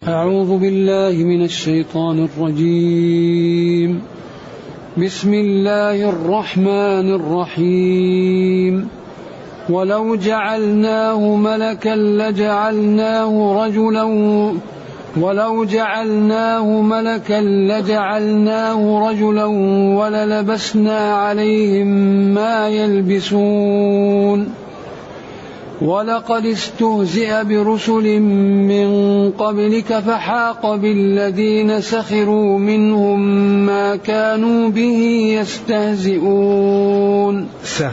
أعوذ بالله من الشيطان الرجيم. بسم الله الرحمن الرحيم. ولو جعلناه ملكا لجعلناه رجلا وللبسنا عليهم ما يلبسون. ولقد استهزئ برسل من قبلك فحاق بالذين سخروا منهم ما كانوا به يستهزئون.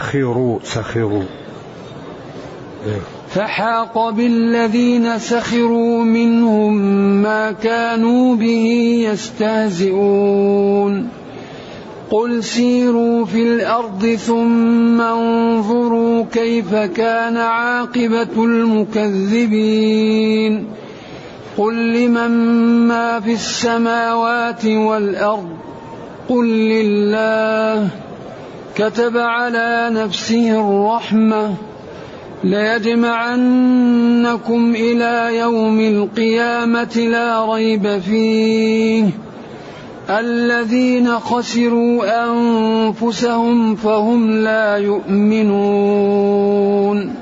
فحاق بالذين سخروا منهم ما كانوا به يستهزئون. قل سيروا في الأرض ثم انظروا كيف كان عاقبة المكذبين. قل لمن ما في السماوات والأرض قل لله. كتب على نفسه الرحمة ليجمعنكم إلى يوم القيامة لا ريب فيه. الذين خسروا أنفسهم فهم لا يؤمنون.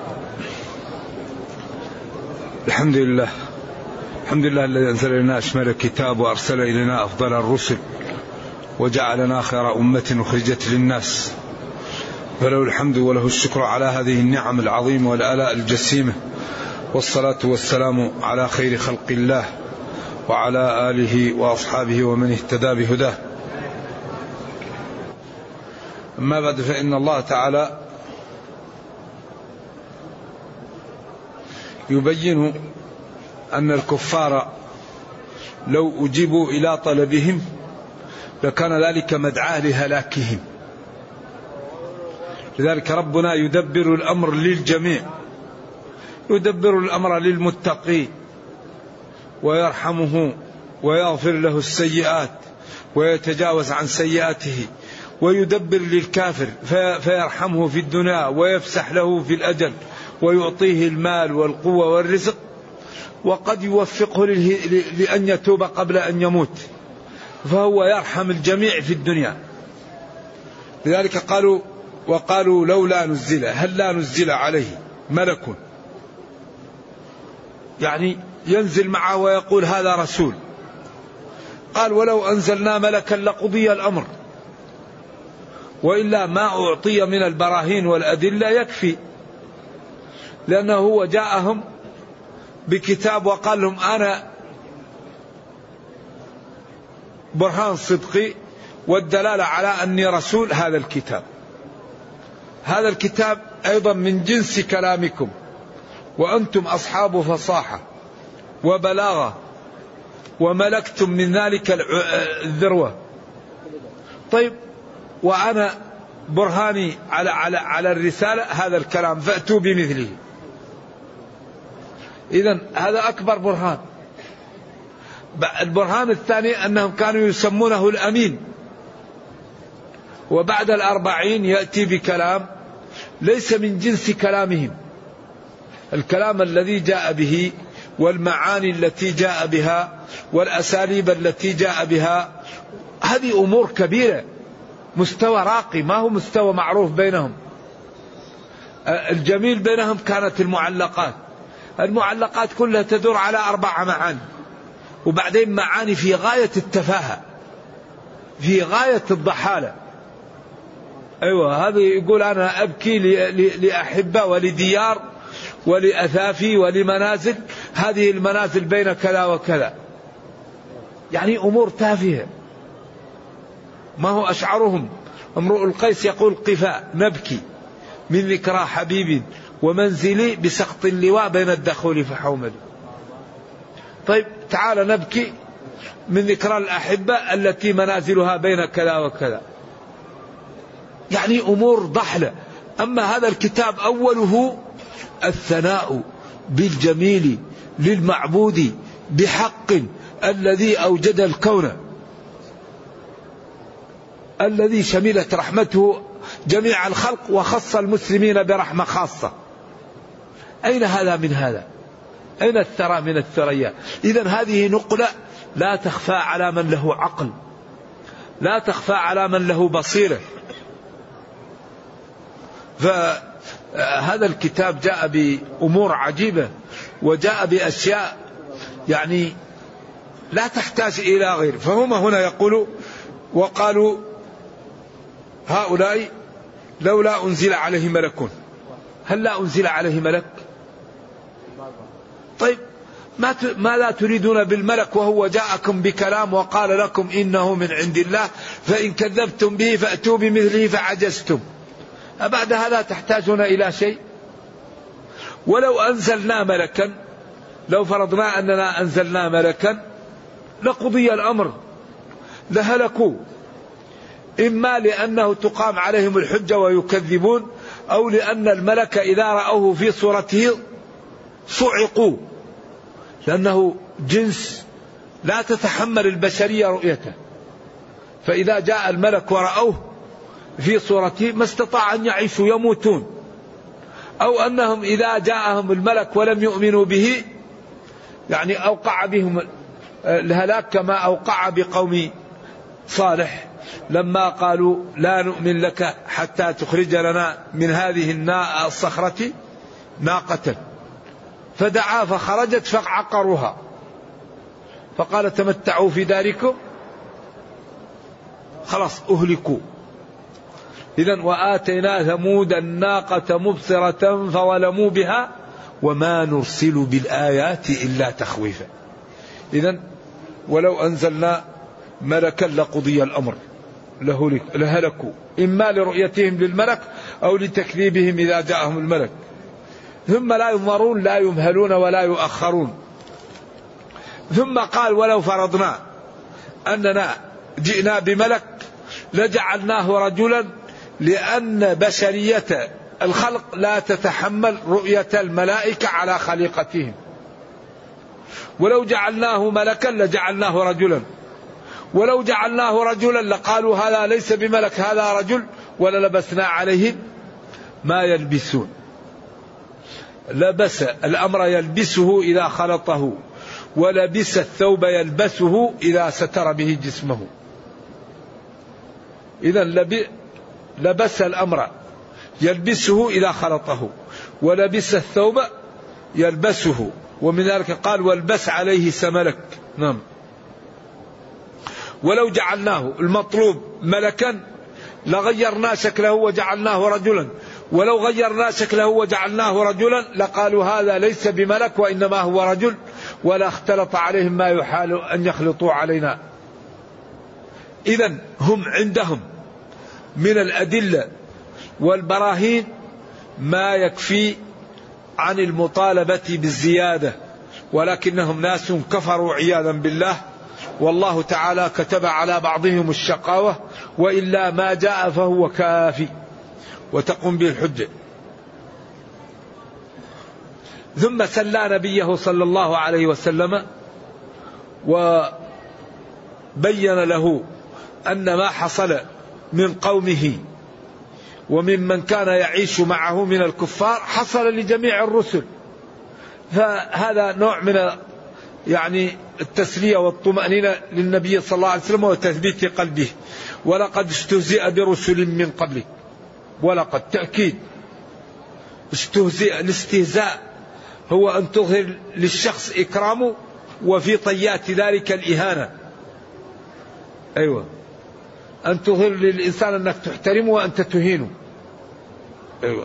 الحمد لله الذي أنزل لنا أشمل الكتاب وأرسل إلينا أفضل الرسل وجعلنا خير أمة أخرجت للناس، فله الحمد وله الشكر على هذه النعم العظيمة والآلاء الجسيمة، والصلاة والسلام على خير خلق الله وعلى آله وأصحابه ومن اهتدى بهداه. أما بعد، فإن الله تعالى يبين أن الكفار لو أجيبوا إلى طلبهم لكان ذلك مدعاة لهلاكهم. لذلك ربنا يدبر الأمر للجميع، يدبر الأمر للمتقين ويرحمه ويغفر له السيئات ويتجاوز عن سيئاته، ويدبر للكافر فيرحمه في الدنيا ويفسح له في الأجل ويعطيه المال والقوة والرزق، وقد يوفقه لأن يتوب قبل أن يموت، فهو يرحم الجميع في الدنيا. لذلك وقالوا لولا نزل، هل لا نزل عليه ملك، يعني ينزل معه ويقول هذا رسول. قال ولو أنزلنا ملكا لقضي الأمر، وإلا ما أعطي من البراهين والأدلة يكفي، لأنه هو جاءهم بكتاب وقال لهم أنا برهان صدقي والدلالة على أني رسول. هذا الكتاب أيضا من جنس كلامكم، وأنتم أصحاب فصاحة وبلاغة وملكتم من ذلك الذروة. طيب، وأنا برهاني على الرسالة هذا الكلام، فأتوا بمثله. إذن هذا أكبر برهان. البرهان الثاني أنهم كانوا يسمونه الأمين، وبعد 40 يأتي بكلام ليس من جنس كلامهم. الكلام الذي جاء به والمعاني التي جاء بها والأساليب التي جاء بها، هذه أمور كبيرة، مستوى راقي، ما هو مستوى معروف بينهم. الجميل بينهم كانت المعلقات كلها تدور على 4 معاني، وبعدين معاني في غاية التفاهة، في غاية الضحالة. أيوة، هذا يقول أنا أبكي لأحبة ولديار ولأثافي ولمنازل، هذه المنازل بين كذا وكذا، يعني أمور تافهة. ما هو أشعرهم. امرؤ القيس يقول قفاء نبكي من ذكرى حبيب ومنزلي بسقط اللواء بين الدخول فحومل. طيب، تعال نبكي من ذكرى الأحبة التي منازلها بين كذا وكذا، يعني أمور ضحلة. أما هذا الكتاب أوله الثناء بالجميل للمعبود بحق الذي أوجد الكون، الذي شملت رحمته جميع الخلق وخص المسلمين برحمة خاصة. أين هذا من هذا؟ أين الثرى من الثريا؟ إذن هذه نقلة لا تخفى على من له عقل، لا تخفى على من له بصيرة. فهذا الكتاب جاء بأمور عجيبة، وجاء بأشياء يعني لا تحتاج إلى غير. فهم هنا يقولوا وقالوا هؤلاء لولا أنزل عليه ملك. هل لا أنزل عليه ملك؟ طيب ماذا تريدون بالملك وهو جاءكم بكلام وقال لكم إنه من عند الله، فإن كذبتم به فأتوا بمثله فعجزتم. أبعد هذا تحتاجون إلى شيء؟ ولو أنزلنا ملكا، لو فرضنا أننا أنزلنا ملكا لقضي الأمر، لهلكوا، إما لأنه تقام عليهم الحجة ويكذبون، أو لأن الملك إذا رأوه في صورته صعقوا، لأنه جنس لا تتحمل البشرية رؤيته. فإذا جاء الملك ورأوه في صورته ما استطاع أن يعيشوا، يموتون. أو أنهم إذا جاءهم الملك ولم يؤمنوا به يعني أوقع بهم الهلاك كما أوقع بقوم صالح لما قالوا لا نؤمن لك حتى تخرج لنا من هذه الصخرة ناقة، فدعا فخرجت فعقروها فقال تمتعوا في داركم، خلاص أهلكوا. إذن وآتينا ثمود الناقة مبصرة فظلموا بها وما نرسل بالآيات إلا تخويفا. إذن ولو أنزلنا ملكا لقضي الأمر، لهلكوا، إما لرؤيتهم للملك أو لتكذيبهم إذا جاءهم الملك. ثم لا ينظرون، لا يمهلون ولا يؤخرون. ثم قال ولو فرضنا أننا جئنا بملك لجعلناه رجلا، لأن بشرية الخلق لا تتحمل رؤية الملائكة على خليقتهم. ولو جعلناه ملكا لجعلناه رجلا، ولو جعلناه رجلا لقالوا هذا ليس بملك هذا رجل، وللبسنا عليهم ما يلبسون. لبس الأمر يلبسه إذا خلطه، ولبس الثوب يلبسه إذا ستر به جسمه. إذن لبس الأمر يلبسه إذا خلطه، ولبس الثوب يلبسه. ومن ذلك قال والبس عليه سملك. نعم. ولو جعلناه المطلوب ملكا لغيرنا شكله وجعلناه رجلا، ولو غيرنا شكله وجعلناه رجلا لقالوا هذا ليس بملك وإنما هو رجل، ولا اختلط عليهم ما يحال أن يخلطوا علينا. إذن هم عندهم من الأدلة والبراهين ما يكفي عن المطالبة بالزيادة، ولكنهم ناس كفروا عياذا بالله، والله تعالى كتب على بعضهم الشقاوة، وإلا ما جاء فهو كافي وتقوم به الحجة. ثم سلى نبيه صلى الله عليه وسلم وبين له أن ما حصل من قومه وممن كان يعيش معه من الكفار حصل لجميع الرسل. فهذا نوع من يعني التسلية والطمأنينة للنبي صلى الله عليه وسلم وتثبيت قلبه. ولقد استهزئ برسل من قبله، ولقد تأكيد استهزئ. الاستهزاء هو أن تظهر للشخص إكرامه وفي طيات ذلك الإهانة. أيوة، أن تظهر للإنسان أنك تحترمه وأنت تهينه. أيوة.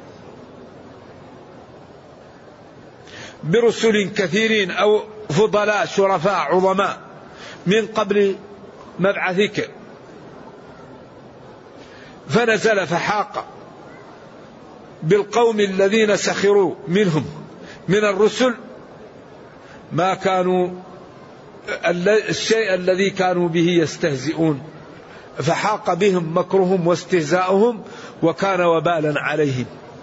برسل كثيرين أو فضلاء شرفاء عظماء من قبل مبعثك، فنزل فحاق بالقوم الذين سخروا منهم من الرسل ما كانوا الشيء الذي كانوا به يستهزئون، فحاق بهم مكرهم واستهزاؤهم وكان وبالا عليهم.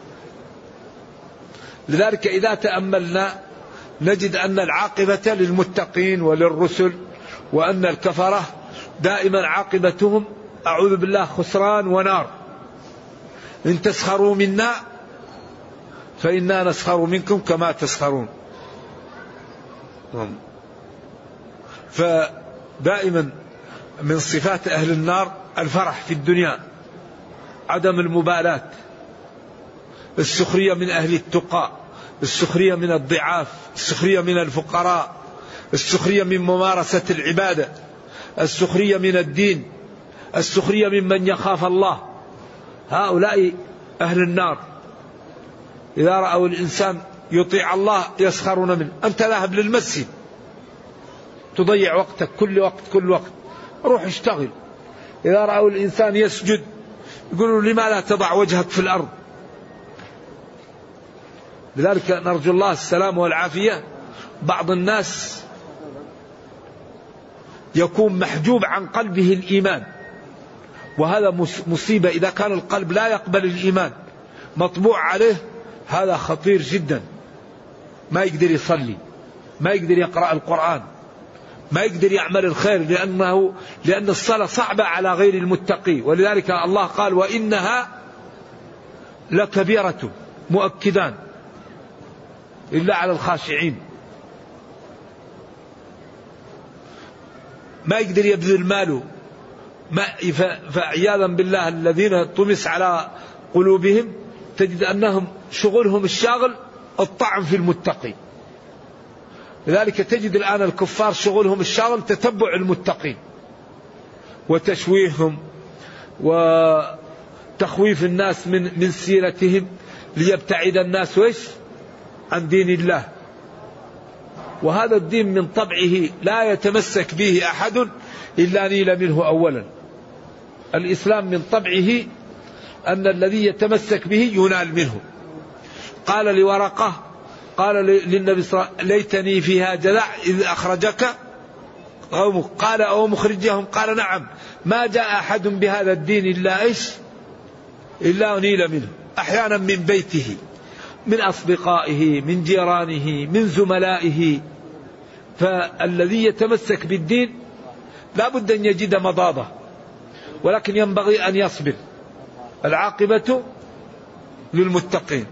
لذلك إذا تأملنا نجد أن العاقبة للمتقين وللرسل، وأن الكفرة دائما عاقبتهم أعوذ بالله خسران ونار. إن تسخروا منا فإنا نسخر منكم كما تسخرون. فدائما من صفات أهل النار الفرح في الدنيا، عدم المبالاة، السخرية من أهل التقى، السخرية من الضعاف، السخرية من الفقراء، السخرية من ممارسة العبادة، السخرية من الدين، السخرية ممن يخاف الله. هؤلاء أهل النار. إذا رأوا الإنسان يطيع الله يسخرون منه. أنت ذاهب للمسجد تضيع وقتك كل وقت روح اشتغل. إذا رأوا الإنسان يسجد يقولوا لما لا تضع وجهك في الأرض. لذلك نرجو الله السلام والعافية. بعض الناس يكون محجوب عن قلبه الإيمان، وهذا مصيبة. إذا كان القلب لا يقبل الإيمان مطبوع عليه هذا خطير جدا. ما يقدر يصلي، ما يقدر يقرأ القرآن، ما يقدر يعمل الخير، لأن الصلاة صعبة على غير المتقي. ولذلك الله قال وإنها لكبيرة، مؤكدان إلا على الخاشعين. ما يقدر يبذل ماله، فعياذا بالله الذين طمس على قلوبهم تجد أنهم شغلهم الشاغل الطعن في المتقين. لذلك تجد الآن الكفار شغلهم الشاغل تتبع المتقين وتشويههم وتخويف الناس من سيرتهم ليبتعد الناس عن دين الله. وهذا الدين من طبعه لا يتمسك به أحد إلا نيل منه أولا. الإسلام من طبعه أن الذي يتمسك به ينال منه. قال لورقة قال للنبي صلى الله عليه وسلم ليتني فيها جذع إذ أخرجك قومك قال أو مخرجهم قال نعم ما جاء أحد بهذا الدين إلا نيل منه. أحيانا من بيته، من أصدقائه، من جيرانه، من زملائه. فالذي يتمسك بالدين لا بد أن يجد مضاضة، ولكن ينبغي أن يصبر. العاقبة للمتقين.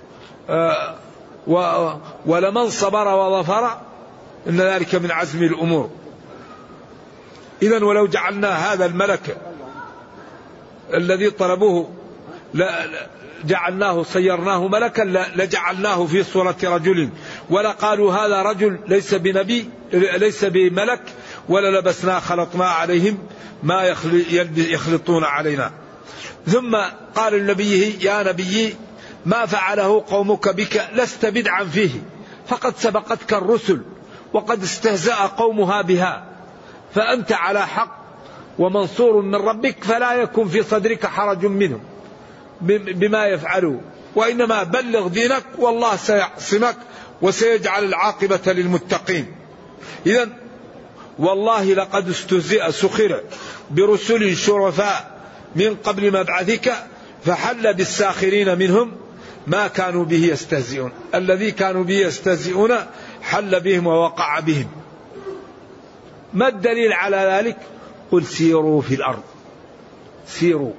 ولمن صبر وظفر إن ذلك من عزم الأمور. إذن ولو جعلنا هذا الملك الذي طلبوه جعلناه صيرناه ملكا لجعلناه في صورة رجل، ولا قالوا هذا رجل ليس بنبي ليس بملك، ولا لبسنا خلطنا عليهم ما يخلطون علينا. ثم قال لنبيه يا نبي ما فعله قومك بك لست بدعا فيه فقد سبقتك الرسل وقد استهزأ قومها بها فأنت على حق ومنصور من ربك فلا يكن في صدرك حرج منهم بما يفعلوا وإنما بلغ دينك والله سيعصمك وسيجعل العاقبة للمتقين. إذن والله لقد استهزئ سخر برسل شرفاء من قبل مبعثك فحل بالساخرين منهم ما كانوا به يستهزئون. الذي كانوا به يستهزئون حل بهم ووقع بهم. ما الدليل على ذلك؟ قل سيروا في الأرض. سيروا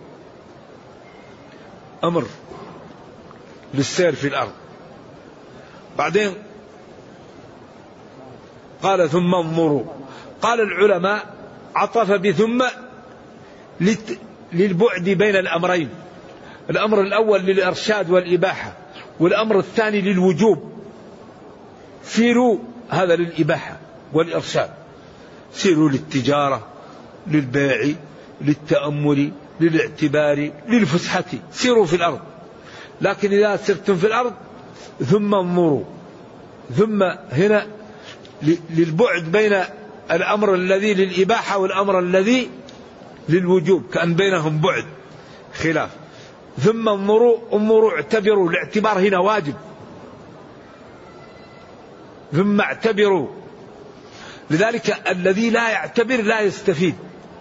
أمر للسير في الأرض. بعدين قال ثم انظروا. قال العلماء عطف بثم للبعد بين الأمرين. الأمر الأول للإرشاد والإباحة، والأمر الثاني للوجوب. سيروا هذا للإباحة والإرشاد، سيروا للتجارة للبيع للتأمل للاعتبار للفسحة، سيروا في الأرض. لكن إذا سرتم في الأرض ثم انظروا، ثم هنا للبعد بين الأمر الذي للإباحة والأمر الذي للوجوب، كأن بينهم بعد خلاف. ثم انظروا اعتبروا، الاعتبار هنا واجب. ثم اعتبروا، لذلك الذي لا يعتبر لا يستفيد.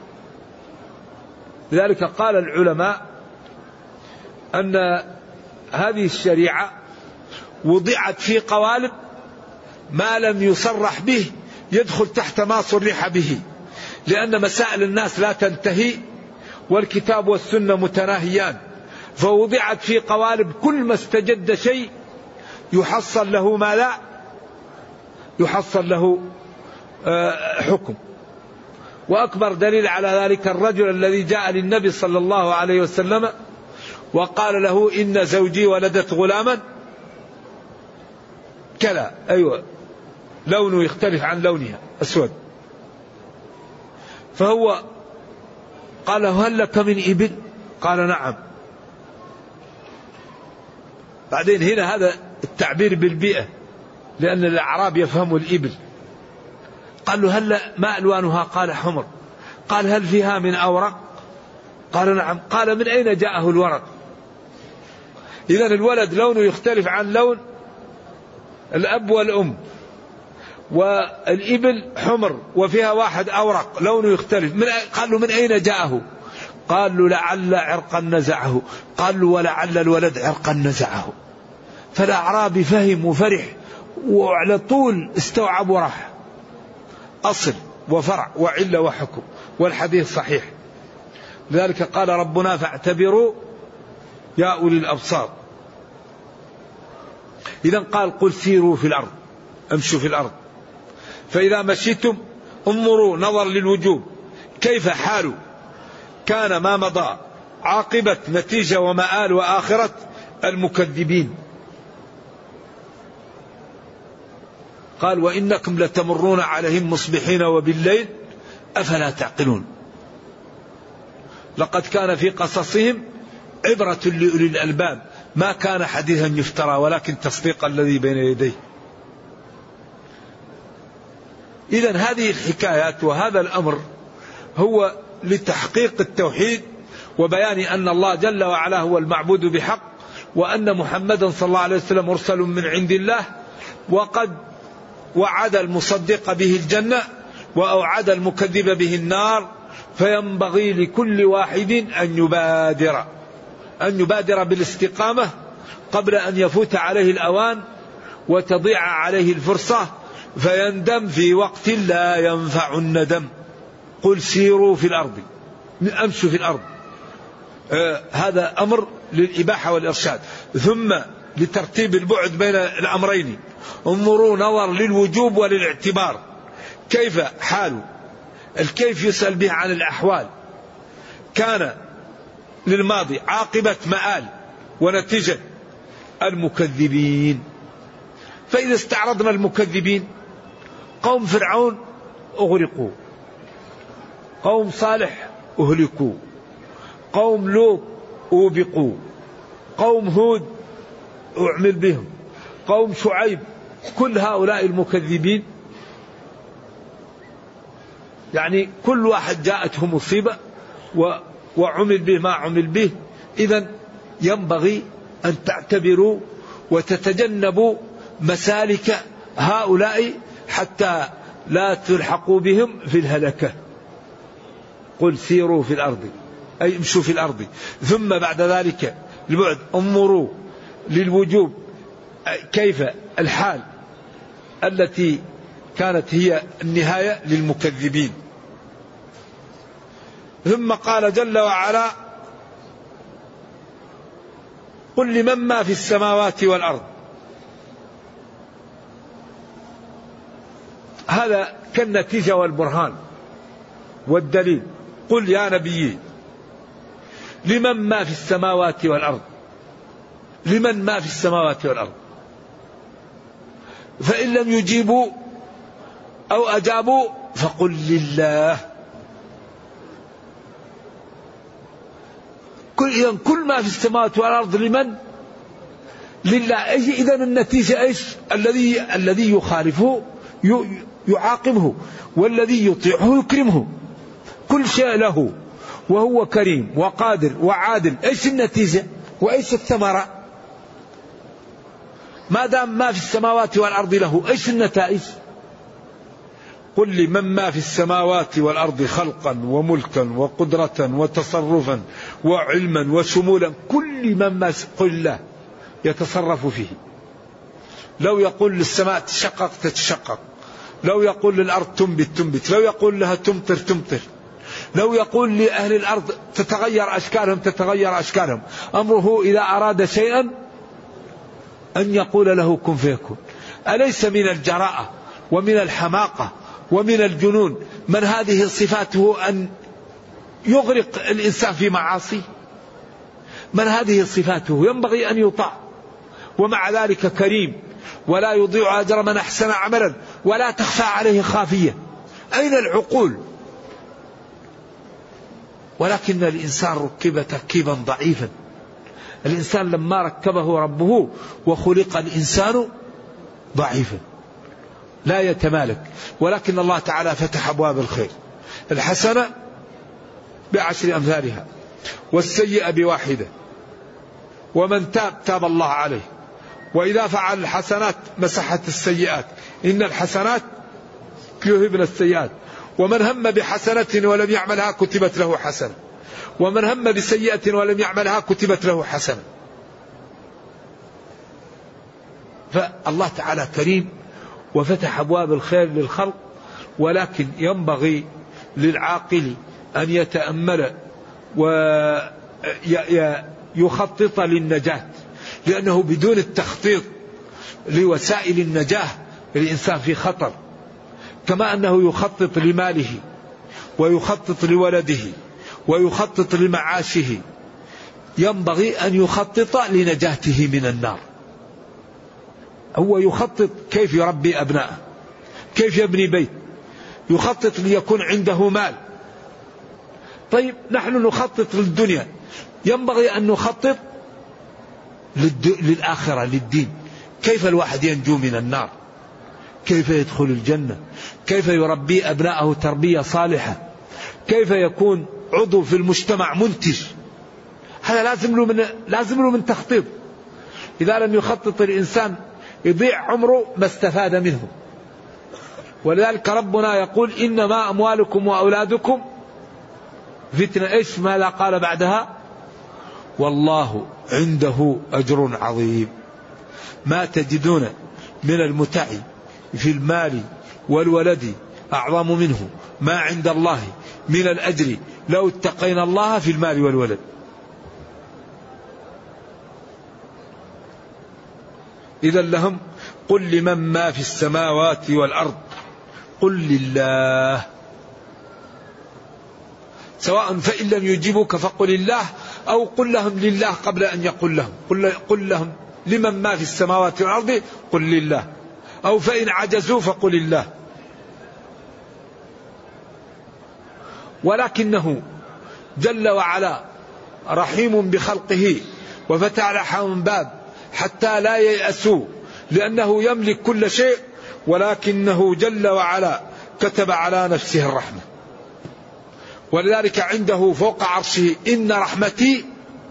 لذلك قال العلماء أن هذه الشريعة وضعت في قوالب ما لم يصرح به يدخل تحت ما صرح به، لأن مسائل الناس لا تنتهي والكتاب والسنة متناهيان، فوضعت في قوالب كل ما استجد شيء يحصل له ما لا يحصل له حكم. وأكبر دليل على ذلك الرجل الذي جاء للنبي صلى الله عليه وسلم وقال له إن زوجي ولدت غلاما كلا، أيوة، لونه يختلف عن لونها، أسود. فهو قال له هل لك من إبل؟ قال نعم. بعدين هنا هذا التعبير بالبيئة، لأن الأعراب يفهموا الإبل. قال له هل ما ألوانها؟ قال حمر. قال هل فيها من أورق؟ قال نعم. قال من أين جاءه الورق؟ إذن الولد لونه يختلف عن لون الأب والأم، والإبل حمر وفيها واحد أورق لونه يختلف. قال له من أين جاءه؟ قال له لعل عرقا نزعه. قال له ولعل الولد عرقا نزعه. فالأعرابي فهم وفرح وعلى طول استوعب وراح، أصل وفرع وعلة وحكم، والحديث صحيح. لذلك قال ربنا فاعتبروا يا أولي الأبصار. إذن قال قل سيروا في الأرض، امشوا في الأرض، فإذا مشيتم انظروا نظر للوجوب كيف حال كان ما مضى عاقبة نتيجة ومآل وآخرة المكذبين. قال وإنكم لتمرون عليهم مصبحين وبالليل أفلا تعقلون. لقد كان في قصصهم عبرة لأولي الألباب ما كان حديثا يفترى ولكن تصديق الذي بين يديه. إذن هذه الحكايات وهذا الأمر هو لتحقيق التوحيد وبيان أن الله جل وعلا هو المعبود بحق، وأن محمدا صلى الله عليه وسلم مرسل من عند الله، وقد وعد المصدق به الجنة وأوعد المكذب به النار. فينبغي لكل واحد أن يبادر بالاستقامة قبل أن يفوت عليه الأوان وتضيع عليه الفرصة فيندم في وقت لا ينفع الندم. قل سيروا في الأرض، أمشوا في الأرض. هذا أمر للإباحة والإرشاد. ثم لترتيب البعد بين الأمرين انظروا نظر للوجوب وللاعتبار. كيف حاله؟ الكيف يسأل به عن الأحوال. كان للماضي عاقبة مآل ونتيجة المكذبين. فإذا استعرضنا المكذبين قوم فرعون أغرقوا، قوم صالح أهلكوا، قوم لوط أوبقوا، قوم هود أعمل بهم، قوم شعيب. كل هؤلاء المكذبين يعني كل واحد جاءته مصيبة وعمل به ما عمل به. إذن ينبغي أن تعتبروا وتتجنبوا مسالك هؤلاء حتى لا تلحقوا بهم في الهلكة. قل سيروا في الأرض أي امشوا في الأرض. ثم بعد ذلك البعد انظروا للوجوب كيف الحال التي كانت هي النهاية للمكذبين. ثم قال جل وعلا قل لمن ما في السماوات والأرض. هذا كالنتيجة والبرهان والدليل. قل يا نبي لمن ما في السماوات والأرض، لمن ما في السماوات والأرض. فإن لم يجيبوا أو أجابوا فقل لله. كل ما في السماوات والأرض لمن؟ لله. إذن النتيجة إيش؟ الذي يخالفه يعاقبه، والذي يطيعه يكرمه. كل شيء له وهو كريم وقادر وعادل. إيش النتيجة وإيش الثمرة؟ ما دام ما في السماوات والأرض له، إيش النتائج؟ قل لمن ما في السماوات والأرض خلقا وملكا وقدرة وتصرفا وعلما وشمولا. كل من ما قل الله يتصرف فيه. لو يقول للسماء تشقق تتشقق، لو يقول للأرض تنبت تنبت، لو يقول لها تمطر تمطر، لو يقول لأهل الأرض تتغير أشكالهم تتغير أشكالهم. أمره إذا أراد شيئا أن يقول له كن فيكون. أليس من الجراءة ومن الحماقة ومن الجنون من هذه صفاته أن يغرق الإنسان في معاصي؟ من هذه صفاته ينبغي أن يطاع، ومع ذلك كريم ولا يضيع أجر من أحسن عملا ولا تخفى عليه خافية. أين العقول؟ ولكن الإنسان ركب تركيبا ضعيفا. الإنسان لما ركبه ربه وخلق الإنسان ضعيفا لا يتمالك، ولكن الله تعالى فتح أبواب الخير. الحسنة ب10 أمثالها والسيئة ب1، ومن تاب الله عليه، وإذا فعل الحسنات مسحت السيئات، إن الحسنات يذهبن السيئات، ومن هم بحسنة ولم يعملها كتبت له حسنة، ومن هم بسيئة ولم يعملها كتبت له حسنة. فالله تعالى كريم وفتح أبواب الخير للخلق، ولكن ينبغي للعاقل أن يتأمل ويخطط للنجاة، لأنه بدون التخطيط لوسائل النجاة الإنسان في خطر، كما أنه يخطط لماله ويخطط لولده ويخطط لمعاشه، ينبغي أن يخطط لنجاته من النار. هو يخطط كيف يربي أبناءه، كيف يبني بيت، يخطط ليكون عنده مال. طيب نحن نخطط للدنيا، ينبغي أن نخطط للآخرة، للدين، كيف الواحد ينجو من النار، كيف يدخل الجنة، كيف يربي أبناءه تربية صالحة، كيف يكون عضو في المجتمع منتج. هذا لازم له من تخطيط. إذا لم يخطط الإنسان يضيع عمره ما استفاد منه. ولذلك ربنا يقول إنما أموالكم وأولادكم فتنة. إيش ماذا قال بعدها؟ والله عنده أجر عظيم. ما تجدون من المتع في المال والولد أعظم منه ما عند الله من الأجر لو اتقينا الله في المال والولد. إذا لهم قل لمن ما في السماوات والأرض قل لله، سواء فإن لم يجيبوك فقل الله، أو قل لهم لله قبل أن يقول لهم. قل لهم لمن ما في السماوات والأرض قل لله، أو فإن عجزوا فقل الله. ولكنه جل وعلا رحيم بخلقه وفتح لهم باب حتى لا ييأسوا، لأنه يملك كل شيء، ولكنه جل وعلا كتب على نفسه الرحمة. ولذلك عنده فوق عرشه إن رحمتي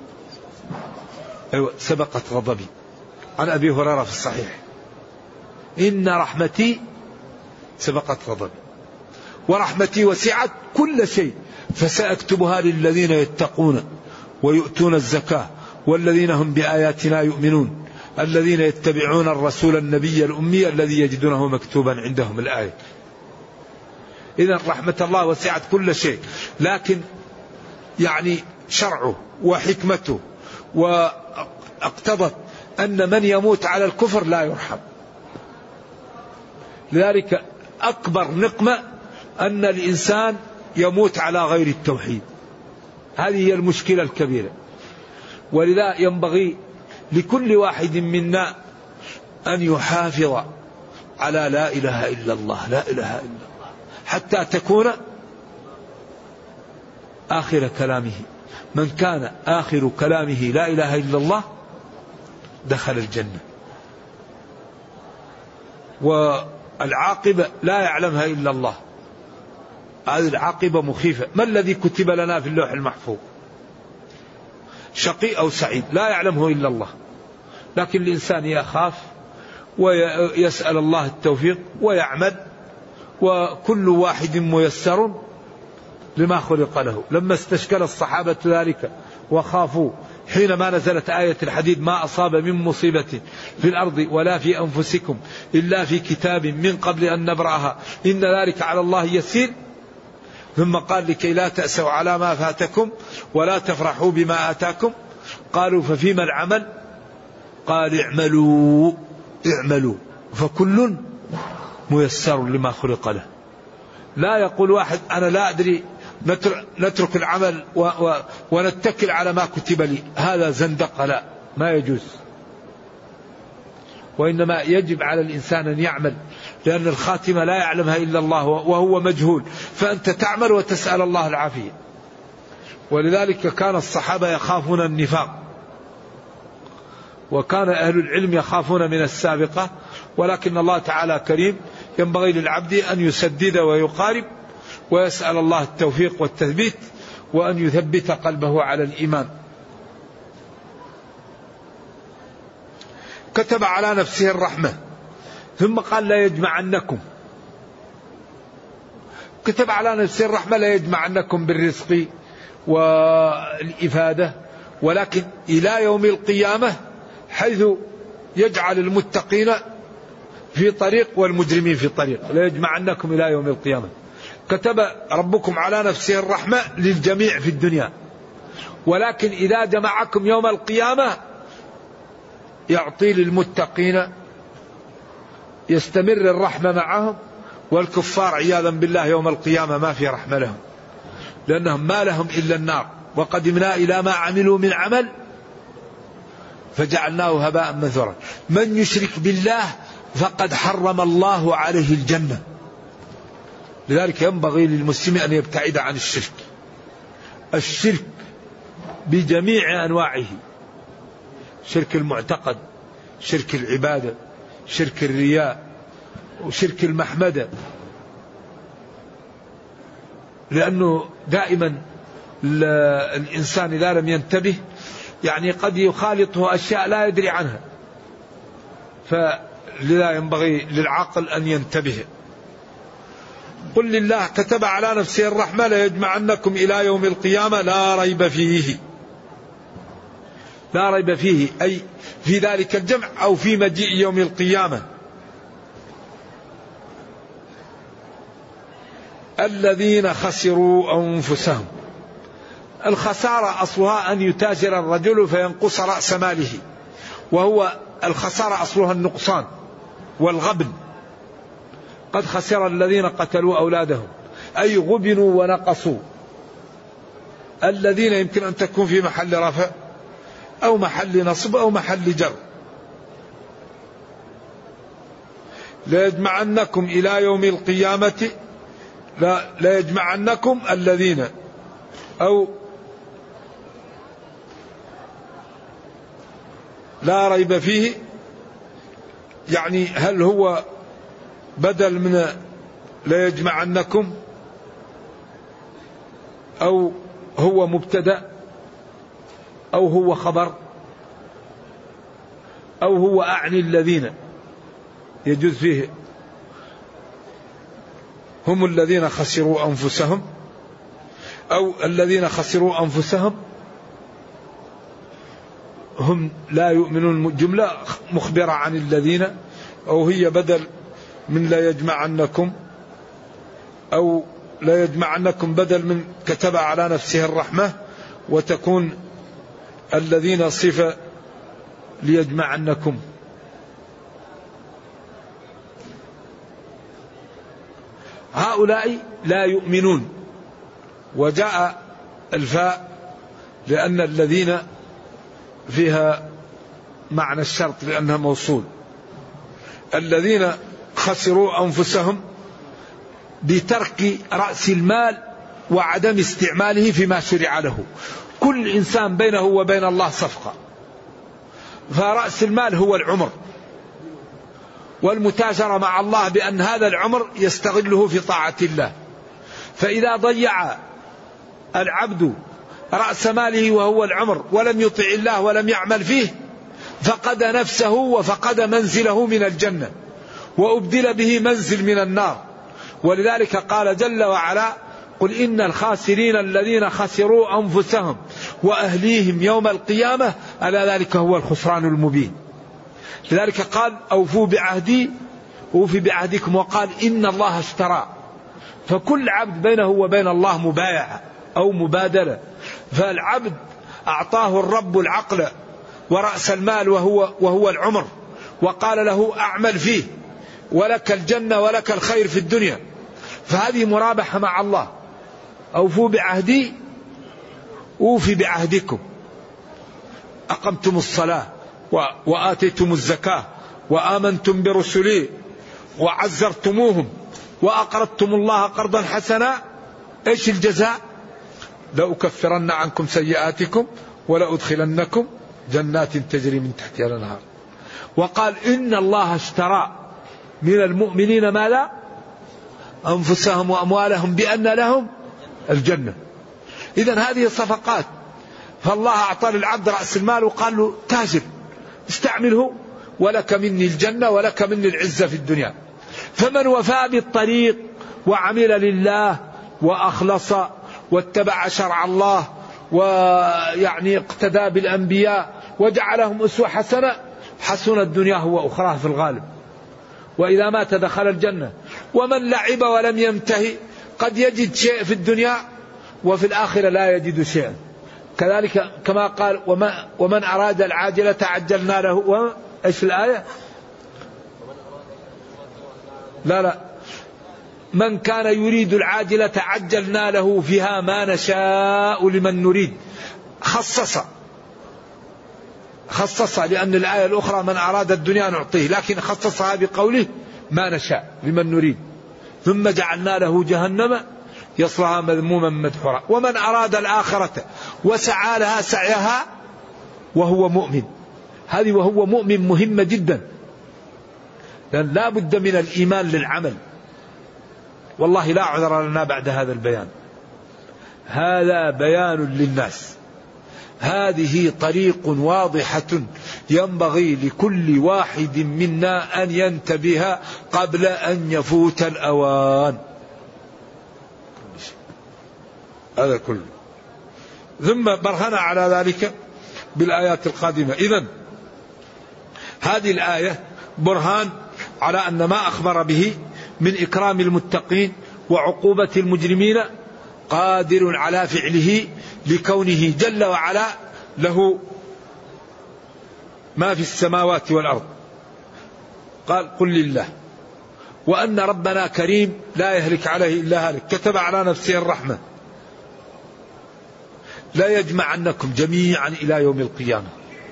سبقت غضبي، عن أبي هريرة في الصحيح، إن رحمتي سبقت غضبي ورحمتي وسعت كل شيء فسأكتبها للذين يتقون ويؤتون الزكاة والذين هم بآياتنا يؤمنون الذين يتبعون الرسول النبي الأمي الذي يجدونه مكتوبا عندهم الآية. إذن رحمة الله وسعت كل شيء، لكن يعني شرعه وحكمته واقتضت أن من يموت على الكفر لا يرحم. لذلك أكبر نقمة أن الإنسان يموت على غير التوحيد، هذه هي المشكلة الكبيرة. ولذا ينبغي لكل واحد منا أن يحافظ على لا إله إلا الله، لا إله إلا الله، حتى تكون آخر كلامه. من كان آخر كلامه لا إله إلا الله دخل الجنة. والعاقبة لا يعلمها إلا الله، هذه العاقبة مخيفة. ما الذي كتب لنا في اللوح المحفوظ؟ شقي أو سعيد لا يعلمه إلا الله، لكن الإنسان يخاف ويسأل الله التوفيق ويعمل، وكل واحد ميسر لما خلق له. لما استشكل الصحابة ذلك وخافوا حينما نزلت آية الحديد ما أصاب من مصيبة في الأرض ولا في أنفسكم إلا في كتاب من قبل أن نبرأها إن ذلك على الله يسير، ثم قال لكي لا تأسوا على ما فاتكم ولا تفرحوا بما آتاكم، قالوا ففيما العمل؟ قال اعملوا فكل ميسر لما خلق له. لا يقول واحد أنا لا أدري نترك العمل ونتكل على ما كتب لي، هذا زندقة، لا، ما يجوز. وإنما يجب على الإنسان أن يعمل، لأن الخاتمة لا يعلمها إلا الله وهو مجهول، فأنت تعمل وتسأل الله العافية. ولذلك كان الصحابة يخافون النفاق، وكان أهل العلم يخافون من السابقة، ولكن الله تعالى كريم، ينبغي للعبد أن يسدد ويقارب ويسأل الله التوفيق والتثبيت وأن يثبت قلبه على الإيمان. كتب على نفسه الرحمة، ثم قال لا يجمعنكم. كتب على نفسه الرحمة لا يجمعنكم بالرزق والإفادة، ولكن إلى يوم القيامة، حيث يجعل المتقين في طريق والمجرمين في طريق، لا يجمعنكم إلى يوم القيامة. كتب ربكم على نفسه الرحمة للجميع في الدنيا، ولكن إذا جمعكم يوم القيامة يعطي للمتقين، يستمر الرحمة معهم، والكفار عياذا بالله يوم القيامة ما في رحمة لهم، لأنهم ما لهم إلا النار. وقدمنا إلى ما عملوا من عمل فجعلناه هباء منثورا. من يشرك بالله فقد حرم الله عليه الجنة. لذلك ينبغي للمسلم أن يبتعد عن الشرك، الشرك بجميع أنواعه، شرك المعتقد، شرك العبادة، شرك الرياء، وشرك المحمدة. لأنه دائما الإنسان إذا لم ينتبه يعني قد يخالطه أشياء لا يدري عنها، فلذا ينبغي للعقل أن ينتبه. قل لله كتب على نفسه الرحمة ليجمعنكم إلى يوم القيامة لا ريب فيه. لا ريب فيه أي في ذلك الجمع أو في مجيء يوم القيامة. الذين خسروا أنفسهم. الخسارة أصلها أن يتاجر الرجل فينقص رأس ماله، وهو الخسارة أصلها النقصان والغبن. قد خسر الذين قتلوا أولادهم، أي غبنوا ونقصوا. الذين يمكن أن تكون في محل رفع أو محل نصب أو محل جر. ليجمعنكم إلى يوم القيامة، لا يجمعنكم الذين، أو لا ريب فيه، يعني هل هو بدل من لا يجمعنكم، أو هو مبتدأ، أو هو خبر، أو هو أعني الذين، يجوز فيه هم الذين خسروا أنفسهم، أو الذين خسروا أنفسهم هم لا يؤمنون، جملة مخبرة عن الذين، أو هي بدل من لا يجمعنكم، أو لا يجمعنكم بدل من كتب على نفسه الرحمة، وتكون الذين صفة ليجمعنكم. هؤلاء لا يؤمنون، وجاء الفاء لأن الذين فيها معنى الشرط لأنها موصول. الذين خسروا أنفسهم بترك رأس المال وعدم استعماله فيما شرع له. كل إنسان بينه وبين الله صفقة، فرأس المال هو العمر، والمتاجرة مع الله بأن هذا العمر يستغله في طاعة الله. فإذا ضيع العبد رأس ماله وهو العمر ولم يطع الله ولم يعمل فيه، فقد نفسه وفقد منزله من الجنة، وأبدل به منزل من النار. ولذلك قال جل وعلا: قل إن الخاسرين الذين خسروا أنفسهم وأهليهم يوم القيامة ألا ذلك هو الخسران المبين. لذلك قال: أوفوا بعهدي أوفي بعهدكم، وقال: إن الله اشترى. فكل عبد بينه وبين الله مبايعة أو مبادلة. فالعبد أعطاه الرب العقل ورأس المال وهو العمر، وقال له أعمل فيه، ولك الجنة ولك الخير في الدنيا. فهذه مرابحة مع الله. أوفوا بعهدي أوفي بعهدكم. أقمتم الصلاة وآتيتم الزكاة وآمنتم برسلي وعزرتموهم وأقرضتم الله قرضا حسنا، إيش الجزاء؟ لأكفرن عنكم سيئاتكم ولأدخلنكم جنات تجري من تحتها الأنهار. وقال إن الله اشترى من المؤمنين ماذا؟ أنفسهم وأموالهم بأن لهم الجنة. إذن هذه صفقات. فالله أعطى للعبد رأس المال وقال له تاجر استعمله ولك مني الجنة ولك مني العزة في الدنيا. فمن وفى بالطريق وعمل لله وأخلص واتبع شرع الله ويعني اقتدى بالأنبياء وجعلهم أسوة حسنة، حسن الدنيا وأخراه في الغالب، وإذا مات دخل الجنة. ومن لعب ولم ينتهي قد يجد شيء في الدنيا وفي الآخرة لا يجد شيئا. كذلك كما قال ومن أراد العاجلة عجلنا له. إيش الآية؟ لا من كان يريد العاجلة عجلنا له فيها ما نشاء لمن نريد. خصص لأن الآية الأخرى من أراد الدنيا نعطيه، لكن خصصها بقوله ما نشاء لمن نريد. ثم جعلنا له جهنم يصلها مذموما مدحورا. ومن أراد الآخرة وسعى لها سعيها وهو مؤمن. هذه وهو مؤمن مهمة جدا، لأن لا بد من الإيمان للعمل. والله لا عذر لنا بعد هذا البيان. هذا بيان للناس. هذه طريق واضحة ينبغي لكل واحد منا أن ينتبه قبل أن يفوت الأوان. هذا كله. ثم برهن على ذلك بالآيات القادمة. إذن هذه الآية برهان على أن ما أخبر به من إكرام المتقين وعقوبة المجرمين قادر على فعله لكونه جل وعلا له ما في السماوات والأرض. قال قل لله، وأن ربنا كريم لا يهلك عليه إلا هالك، كتب على نفسه الرحمة، لا يجمعنكم جميعا إلى يوم القيامة.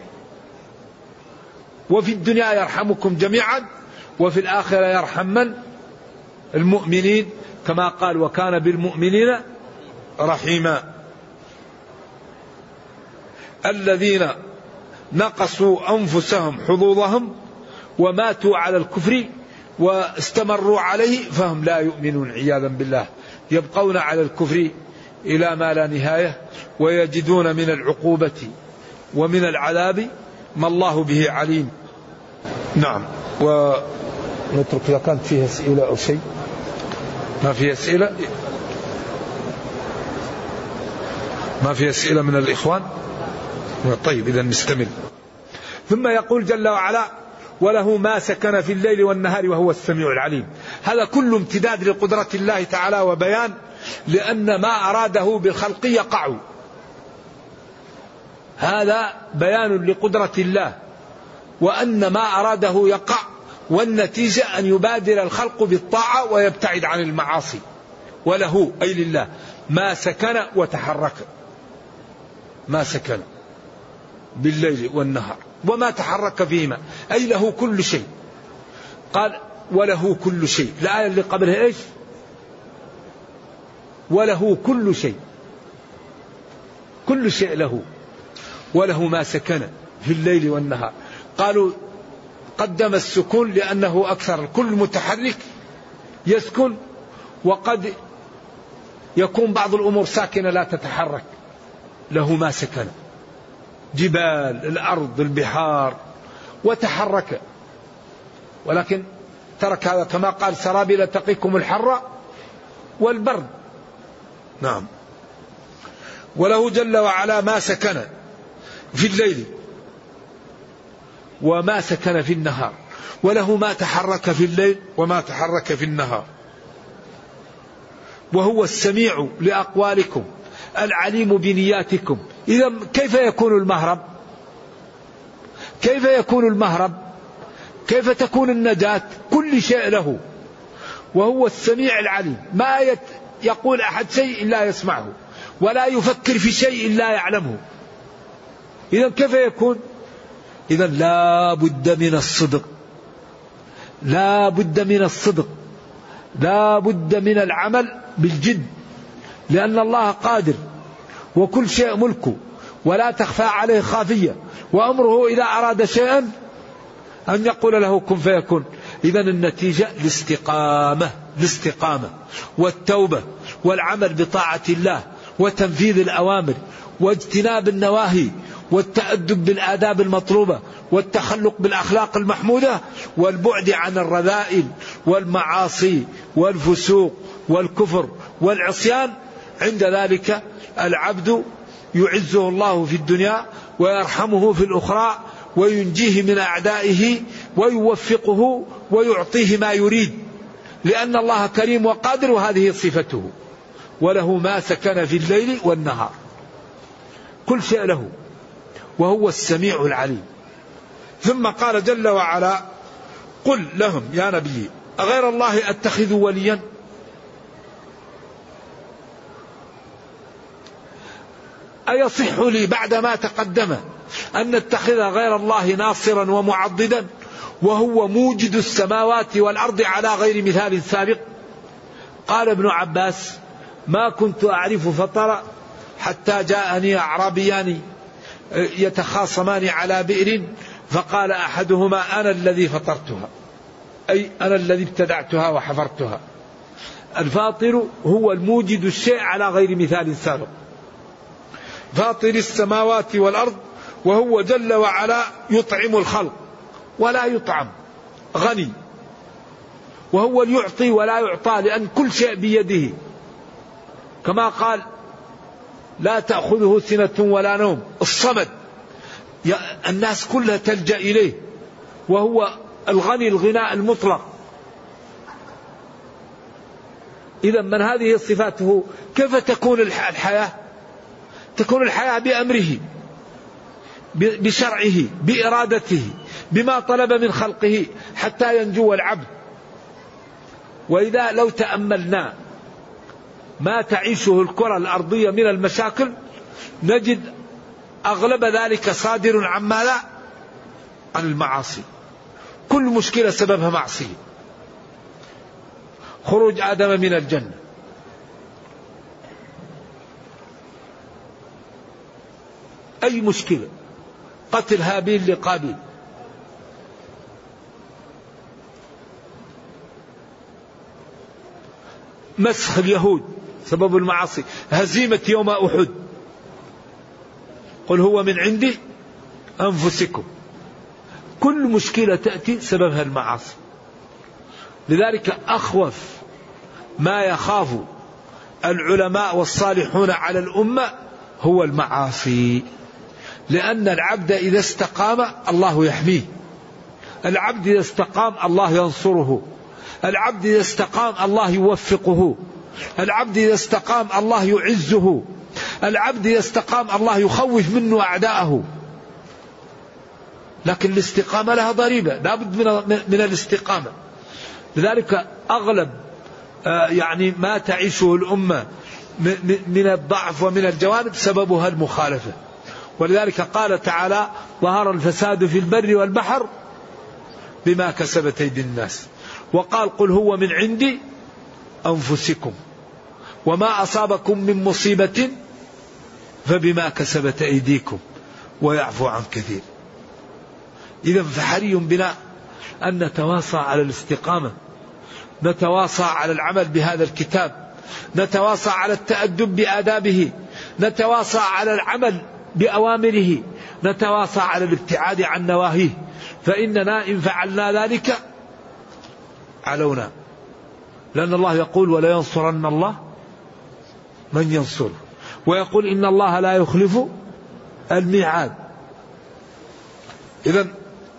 وفي الدنيا يرحمكم جميعا وفي الآخرة يرحم من؟ المؤمنين، كما قال وكان بالمؤمنين رحيما. الذين نقصوا أنفسهم حظوظهم وماتوا على الكفر واستمروا عليه فهم لا يؤمنون عياذا بالله، يبقون على الكفر إلى ما لا نهاية، ويجدون من العقوبة ومن العذاب ما الله به عليم. نعم. ونترك إذا كانت فيها أسئلة أو شيء. ما في أسئلة؟ ما في أسئلة من الإخوان؟ طيب إذا نستمر. ثم يقول جل وعلا وله ما سكن في الليل والنهار وهو السميع العليم. هذا كله امتداد لقدرة الله تعالى وبيان، لأن ما أراده بالخلق يقع. هذا بيان لقدرة الله وأن ما أراده يقع، والنتيجة أن يبادر الخلق بالطاعة ويبتعد عن المعاصي. وله أي لله ما سكن وتحرك، ما سكن بالليل والنهار وما تحرك فيهما، أي له كل شيء. قال وله كل شيء. الآية اللي قبلها إيش؟ وله كل شيء، كل شيء له. وله ما سكن في الليل والنهار. قالوا قدم السكون لأنه أكثر، كل متحرك يسكن، وقد يكون بعض الأمور ساكنة لا تتحرك. له ما سكن، جبال، الأرض، البحار، وتحرك، ولكن ترك هذا كما قال سرابيل تقيكم الحر والبرد. نعم. وله جل وعلا ما سكن في الليل وما سكن في النهار، وله ما تحرك في الليل وما تحرك في النهار. وهو السميع لأقوالكم العليم بنياتكم. إذا كيف يكون المهرب؟ كيف يكون المهرب؟ كيف تكون النجاة؟ كل شيء له، وهو السميع العليم، ما يقول أحد شيء إلا يسمعه، ولا يفكر في شيء إلا يعلمه. إذا كيف يكون؟ إذا لا بد من الصدق، لا بد من الصدق، لا بد من العمل بالجد، لأن الله قادر وكل شيء ملكه ولا تخفى عليه خافية، وأمره إذا أراد شيئا أن يقول له كن فيكون. إذا النتيجة الاستقامة والتوبة والعمل بطاعة الله وتنفيذ الأوامر واجتناب النواهي والتأدب بالآداب المطلوبة والتخلق بالأخلاق المحمودة والبعد عن الرذائل والمعاصي والفسوق والكفر والعصيان. عند ذلك العبد يعزه الله في الدنيا ويرحمه في الأخرى وينجيه من أعدائه ويوفقه ويعطيه ما يريد، لأن الله كريم وقادر، وهذه صفته، وله ما سكن في الليل والنهار، كل شيء له، وهو السميع العليم. ثم قال جل وعلا: قل لهم يا نبي أغير الله أتخذ وليا؟ أيصح لي بعد ما تقدم أن نتخذ غير الله ناصرا ومعضدا وهو موجد السماوات والأرض على غير مثال سابق؟ قال ابن عباس: ما كنت أعرف فطر حتى جاءني أعرابيان يتخاصمان على بئر فقال أحدهما: أنا الذي فطرتها، أي أنا الذي ابتدعتها وحفرتها. الفاطر هو الموجد الشيء على غير مثال سابق، فاطر السماوات والأرض، وهو جل وعلا يطعم الخلق ولا يطعم، غني، وهو يعطي ولا يعطى، لأن كل شيء بيده، كما قال: لا تأخذه سنة ولا نوم، الصمد، الناس كلها تلجأ إليه، وهو الغني الغناء المطلق. إذا من هذه صفاته كيف تكون الحياة؟ تكون الحياة بأمره، بشرعه، بإرادته، بما طلب من خلقه حتى ينجو العبد. وإذا لو تأملنا ما تعيشه الكرة الأرضية من المشاكل نجد أغلب ذلك صادر عن ماذا؟ عن المعاصي. كل مشكلة سببها معصية. خروج آدم من الجنة، أي مشكلة، قتل هابيل لقابيل، مسخ اليهود سبب المعاصي، هزيمة يوم أحد، قل هو من عند أنفسكم. كل مشكلة تأتي سببها المعاصي. لذلك أخوف ما يخاف العلماء والصالحون على الأمة هو المعاصي، لأن العبد إذا استقام الله يحميه، العبد إذا استقام الله ينصره، العبد إذا استقام الله يوفقه، العبد إذا استقام الله يعزه، العبد إذا استقام الله يخوف منه أعداءه. لكن الاستقامة لها ضريبة، لا بد من الاستقامة. لذلك أغلب يعني ما تعيشه الأمة من الضعف ومن الجوانب سببها المخالفة. ولذلك قال تعالى: ظهر الفساد في البر والبحر بما كسبت أيدي الناس. وقال: قل هو من عند أنفسكم وما أصابكم من مصيبة فبما كسبت أيديكم ويعفو عن كثير. إذا فحري بنا أن نتواصى على الاستقامة، نتواصى على العمل بهذا الكتاب، نتواصى على التأدب بآدابه، نتواصى على العمل بأوامره، نتواصى على الابتعاد عن نواهيه، فإننا إن فعلنا ذلك علونا. لأن الله يقول: ولا ينصرن الله من ينصره، ويقول: إن الله لا يخلف الميعاد. إذن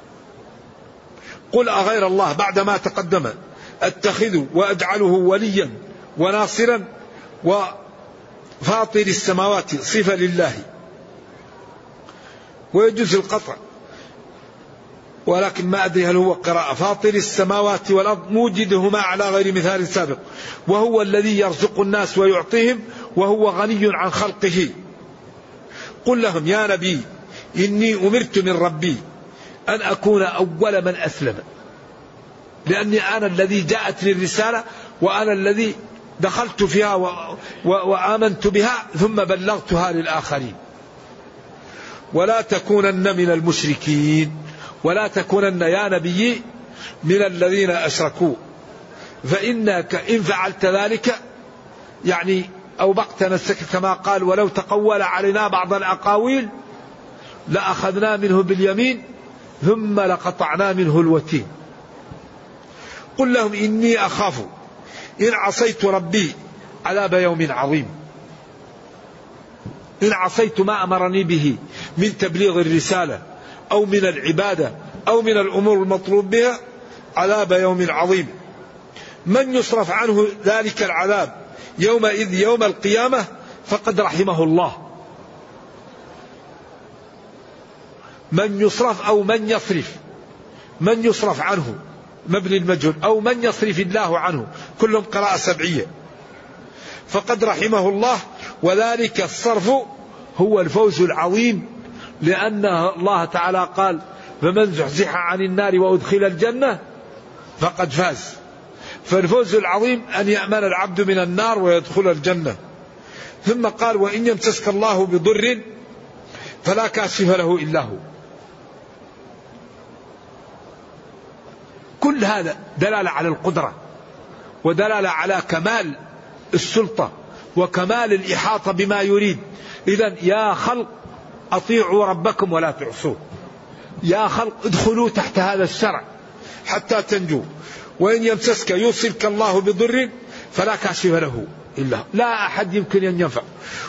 قل أغير الله بعدما تقدم أتخذ وأجعله وليا وناصرا وفاطر السماوات صفة لله، ويجوز القطع ولكن ما أدري هل هو قراءة. فاطر السماوات والأرض موجدهما على غير مثال سابق، وهو الذي يرزق الناس ويعطيهم وهو غني عن خلقه. قل لهم يا نبي إني أمرت من ربي أن أكون أول من أسلم، لأني أنا الذي جاءتني الرسالة وأنا الذي دخلت فيها وآمنت بها ثم بلغتها للآخرين. ولا تكونن من المشركين، ولا تكونن يا نبي من الذين أشركوا، فإنك إن فعلت ذلك يعني أوبقت نفسك كما قال ولو تقول علينا بعض الأقاويل لأخذنا منه باليمين ثم لقطعنا منه الوتين. قل لهم إني أخاف إن عصيت ربي عذاب يوم عظيم، إن عصيت ما أمرني به من تبليغ الرسالة أو من العبادة أو من الأمور المطلوب بها عذاب يوم عظيم. من يصرف عنه ذلك العذاب يومئذ يوم القيامة فقد رحمه الله. من يصرف أو من يصرف، من يصرف عنه مبني المجهول أو من يصرف الله عنه، كلهم قراءة سبعية. فقد رحمه الله، وذلك الصرف هو الفوز العظيم، لأن الله تعالى قال فمن زحزح عن النار وأدخل الجنة فقد فاز. فالفوز العظيم أن يأمن العبد من النار ويدخل الجنة. ثم قال وإن يمسسك الله بضر فلا كاشف له إلا هو. كل هذا دلالة على القدرة ودلالة على كمال السلطة وكمال الإحاطة بما يريد. إذن يا خلق أطيعوا ربكم ولا تعصوه، يا خلق ادخلوا تحت هذا الشرع حتى تنجوا. وإن يمسسك يوصلك الله بضر فلا كاشف له إلا هو، لا أحد يمكن أن ينفع.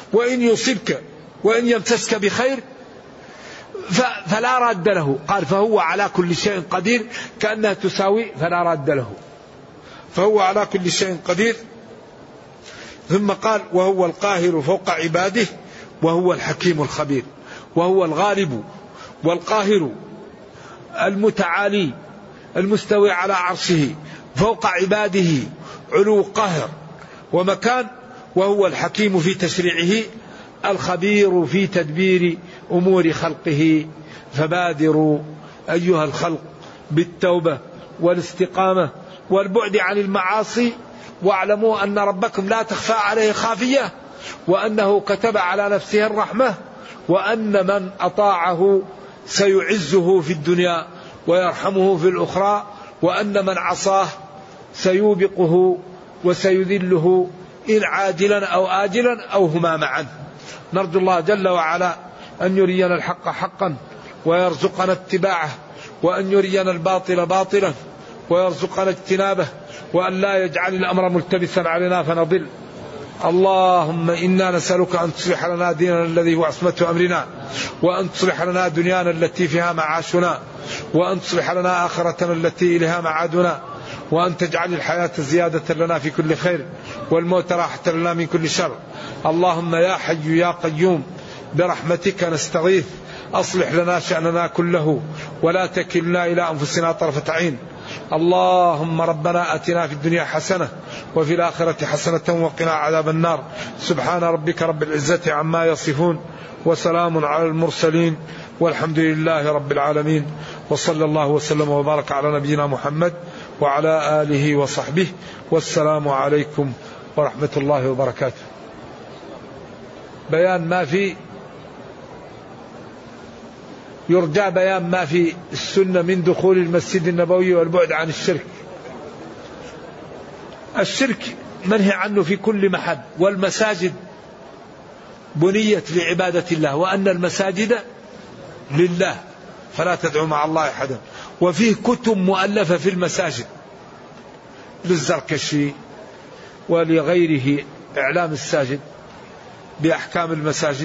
وإن يمسسك بخير فلا راد له، قال فهو على كل شيء قدير، كأنها تساوي فلا راد له، فهو على كل شيء قدير. ثم قال وهو القاهر فوق عباده وهو الحكيم الخبير، وهو الغالب والقاهر المتعالي المستوي على عرشه فوق عباده علو قهر ومكان، وهو الحكيم في تشريعه الخبير في تدبير أمور خلقه. فبادروا أيها الخلق بالتوبة والاستقامة والبعد عن المعاصي، واعلموا أن ربكم لا تخفى عليه خافية، وأنه كتب على نفسه الرحمة، وأن من أطاعه سيعزه في الدنيا ويرحمه في الأخرى، وأن من عصاه سيوبقه وسيذله إن عاجلا أو آجلا أو هما معا. نرجو الله جل وعلا أن يرينا الحق حقا ويرزقنا اتباعه، وأن يرينا الباطل باطلا ويرزقنا اجتنابه، وأن لا يجعل الأمر ملتبسا علينا فنضل. اللهم إنا نسألك أن تصلح لنا ديننا الذي هو عصمة أمرنا، وأن تصلح لنا دنيانا التي فيها معاشنا، وأن تصلح لنا آخرتنا التي إليها معادنا، وأن تجعل الحياة زيادة لنا في كل خير والموت راحة لنا من كل شر. اللهم يا حي يا قيوم برحمتك نستغيث، أصلح لنا شأننا كله ولا تكلنا إلى أنفسنا طرفة عين. اللهم ربنا آتنا في الدنيا حسنة وفي الآخرة حسنة وقنا عذاب النار. سبحان ربك رب العزة عما يصفون، وسلام على المرسلين، والحمد لله رب العالمين، وصلى الله وسلم وبارك على نبينا محمد وعلى آله وصحبه، والسلام عليكم ورحمة الله وبركاته. بيان ما في يرجى بيان ما في السنة من دخول المسجد النبوي والبعد عن الشرك. الشرك منهي عنه في كل محل، والمساجد بنيت لعبادة الله، وأن المساجد لله فلا تدعوا مع الله أحدا. وفيه كتب مؤلفة في المساجد للزركشي ولغيره، إعلام الساجد بأحكام المساجد.